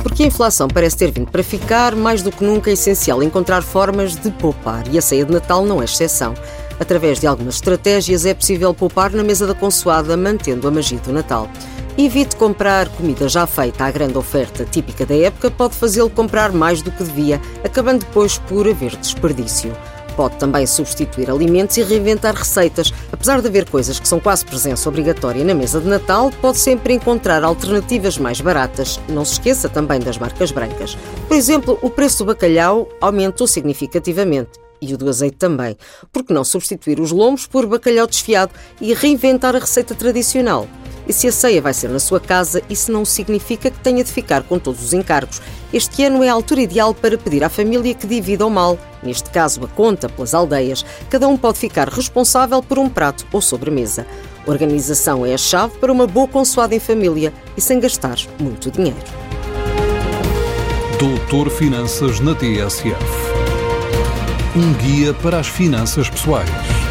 Porque a inflação parece ter vindo para ficar, mais do que nunca é essencial encontrar formas de poupar, e a ceia de Natal não é exceção. Através de algumas estratégias é possível poupar na mesa da consoada, mantendo a magia do Natal. Evite comprar comida já feita à grande oferta típica da época, pode fazê-lo comprar mais do que devia, acabando depois por haver desperdício. Pode também substituir alimentos e reinventar receitas. Apesar de haver coisas que são quase presença obrigatória na mesa de Natal, pode sempre encontrar alternativas mais baratas. Não se esqueça também das marcas brancas. Por exemplo, o preço do bacalhau aumentou significativamente. E o do azeite também. Por que não substituir os lombos por bacalhau desfiado e reinventar a receita tradicional? E se a ceia vai ser na sua casa, isso não significa que tenha de ficar com todos os encargos. Este ano é a altura ideal para pedir à família que divida o mal, neste caso a conta pelas aldeias. Cada um pode ficar responsável por um prato ou sobremesa. Organização é a chave para uma boa consoada em família e sem gastar muito dinheiro. Doutor Finanças na TSF. Um guia para as finanças pessoais.